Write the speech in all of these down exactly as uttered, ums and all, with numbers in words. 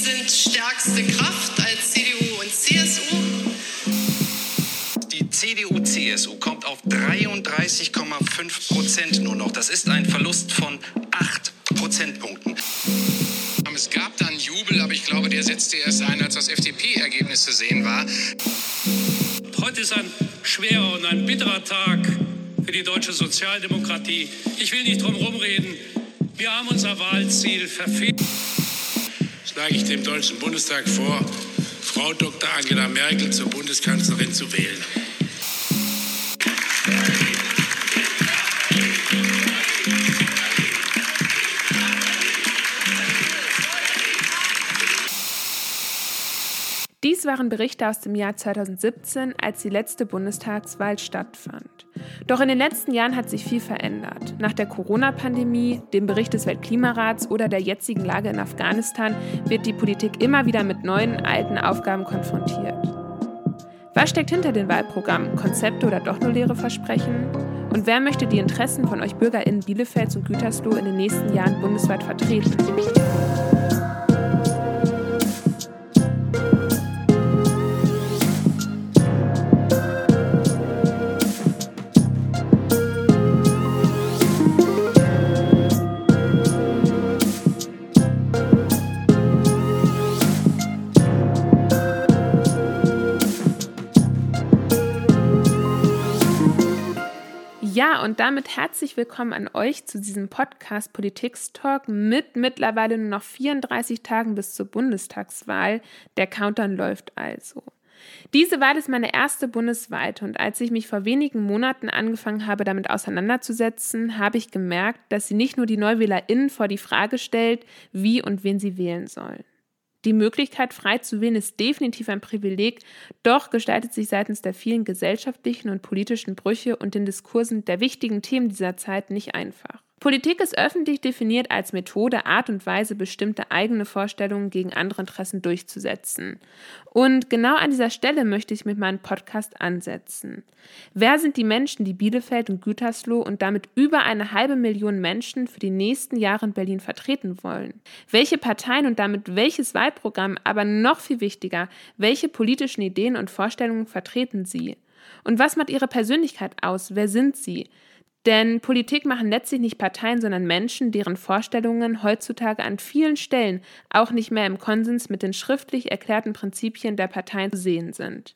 sind stärkste Kraft als C D U und C S U. Die C D U C S U kommt auf dreiunddreißig Komma fünf Prozent nur noch. Das ist ein Verlust von acht Prozentpunkten. Es gab dann Jubel, aber ich glaube, der setzte erst ein, als das F D P-Ergebnis zu sehen war. Heute ist ein schwerer und ein bitterer Tag für die deutsche Sozialdemokratie. Ich will nicht drum rumreden. Wir haben unser Wahlziel verfehlt. Schlage ich dem Deutschen Bundestag vor, Frau Doktor Angela Merkel zur Bundeskanzlerin zu wählen. Dies waren Berichte aus dem Jahr zweitausendsiebzehn, als die letzte Bundestagswahl stattfand. Doch in den letzten Jahren hat sich viel verändert. Nach der Corona-Pandemie, dem Bericht des Weltklimarats oder der jetzigen Lage in Afghanistan wird die Politik immer wieder mit neuen, alten Aufgaben konfrontiert. Was steckt hinter den Wahlprogrammen? Konzepte oder doch nur leere Versprechen? Und wer möchte die Interessen von euch BürgerInnen Bielefelds und Gütersloh in den nächsten Jahren bundesweit vertreten? Ja, und damit herzlich willkommen an euch zu diesem Podcast Politik-Talk mit mittlerweile nur noch vierunddreißig Tagen bis zur Bundestagswahl. Der Countdown läuft also. Diese Wahl ist meine erste bundesweite und als ich mich vor wenigen Monaten angefangen habe, damit auseinanderzusetzen, habe ich gemerkt, dass sie nicht nur die NeuwählerInnen vor die Frage stellt, wie und wen sie wählen sollen. Die Möglichkeit, frei zu wählen, ist definitiv ein Privileg, doch gestaltet sich seitens der vielen gesellschaftlichen und politischen Brüche und den Diskursen der wichtigen Themen dieser Zeit nicht einfach. Politik ist öffentlich definiert als Methode, Art und Weise, bestimmte eigene Vorstellungen gegen andere Interessen durchzusetzen. Und genau an dieser Stelle möchte ich mit meinem Podcast ansetzen. Wer sind die Menschen, die Bielefeld und Gütersloh und damit über eine halbe Million Menschen für die nächsten Jahre in Berlin vertreten wollen? Welche Parteien und damit welches Wahlprogramm, aber noch viel wichtiger, welche politischen Ideen und Vorstellungen vertreten sie? Und was macht ihre Persönlichkeit aus? Wer sind sie? Denn Politik machen letztlich nicht Parteien, sondern Menschen, deren Vorstellungen heutzutage an vielen Stellen auch nicht mehr im Konsens mit den schriftlich erklärten Prinzipien der Parteien zu sehen sind.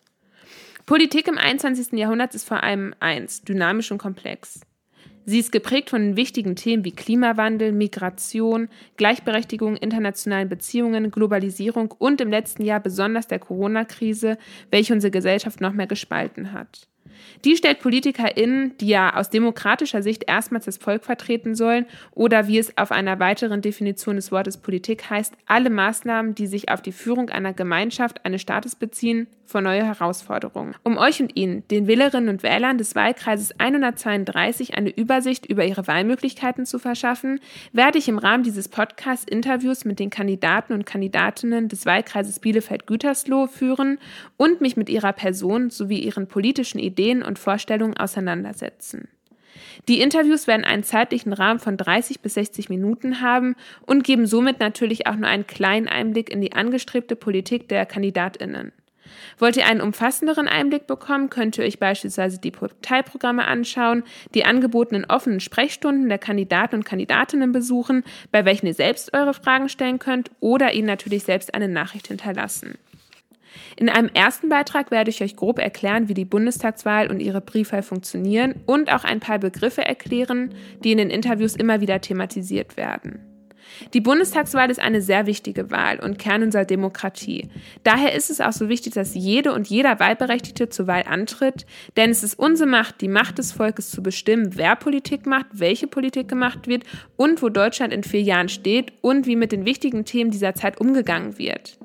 Politik im einundzwanzigsten Jahrhundert ist vor allem eins, dynamisch und komplex. Sie ist geprägt von den wichtigen Themen wie Klimawandel, Migration, Gleichberechtigung, internationalen Beziehungen, Globalisierung und im letzten Jahr besonders der Corona-Krise, welche unsere Gesellschaft noch mehr gespalten hat. Die stellt PolitikerInnen, die ja aus demokratischer Sicht erstmals das Volk vertreten sollen oder wie es auf einer weiteren Definition des Wortes Politik heißt, alle Maßnahmen, die sich auf die Führung einer Gemeinschaft, eines Staates beziehen, vor neue Herausforderungen. Um euch und Ihnen, den Wählerinnen und Wählern des Wahlkreises hundertzweiunddreißig, eine Übersicht über ihre Wahlmöglichkeiten zu verschaffen, werde ich im Rahmen dieses Podcasts Interviews mit den Kandidaten und Kandidatinnen des Wahlkreises Bielefeld-Gütersloh führen und mich mit ihrer Person sowie ihren politischen Ideen und Vorstellungen auseinandersetzen. Die Interviews werden einen zeitlichen Rahmen von dreißig bis sechzig Minuten haben und geben somit natürlich auch nur einen kleinen Einblick in die angestrebte Politik der KandidatInnen. Wollt ihr einen umfassenderen Einblick bekommen, könnt ihr euch beispielsweise die Parteiprogramme anschauen, die angebotenen offenen Sprechstunden der Kandidaten und Kandidatinnen besuchen, bei welchen ihr selbst eure Fragen stellen könnt oder ihnen natürlich selbst eine Nachricht hinterlassen. In einem ersten Beitrag werde ich euch grob erklären, wie die Bundestagswahl und ihre Briefwahl funktionieren und auch ein paar Begriffe erklären, die in den Interviews immer wieder thematisiert werden. Die Bundestagswahl ist eine sehr wichtige Wahl und Kern unserer Demokratie. Daher ist es auch so wichtig, dass jede und jeder Wahlberechtigte zur Wahl antritt, denn es ist unsere Macht, die Macht des Volkes zu bestimmen, wer Politik macht, welche Politik gemacht wird und wo Deutschland in vier Jahren steht und wie mit den wichtigen Themen dieser Zeit umgegangen wird.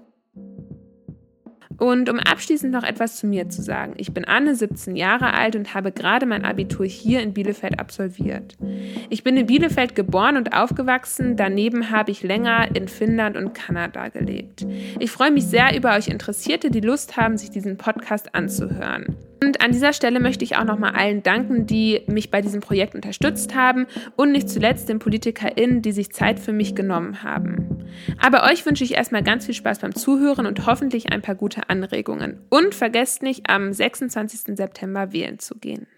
Und um abschließend noch etwas zu mir zu sagen. Ich bin Anne, siebzehn Jahre alt und habe gerade mein Abitur hier in Bielefeld absolviert. Ich bin in Bielefeld geboren und aufgewachsen, daneben habe ich länger in Finnland und Kanada gelebt. Ich freue mich sehr über euch Interessierte, die Lust haben, sich diesen Podcast anzuhören. Und an dieser Stelle möchte ich auch nochmal allen danken, die mich bei diesem Projekt unterstützt haben und nicht zuletzt den PolitikerInnen, die sich Zeit für mich genommen haben. Aber euch wünsche ich erstmal ganz viel Spaß beim Zuhören und hoffentlich ein paar gute Anregungen. Und vergesst nicht, am sechsundzwanzigsten September wählen zu gehen.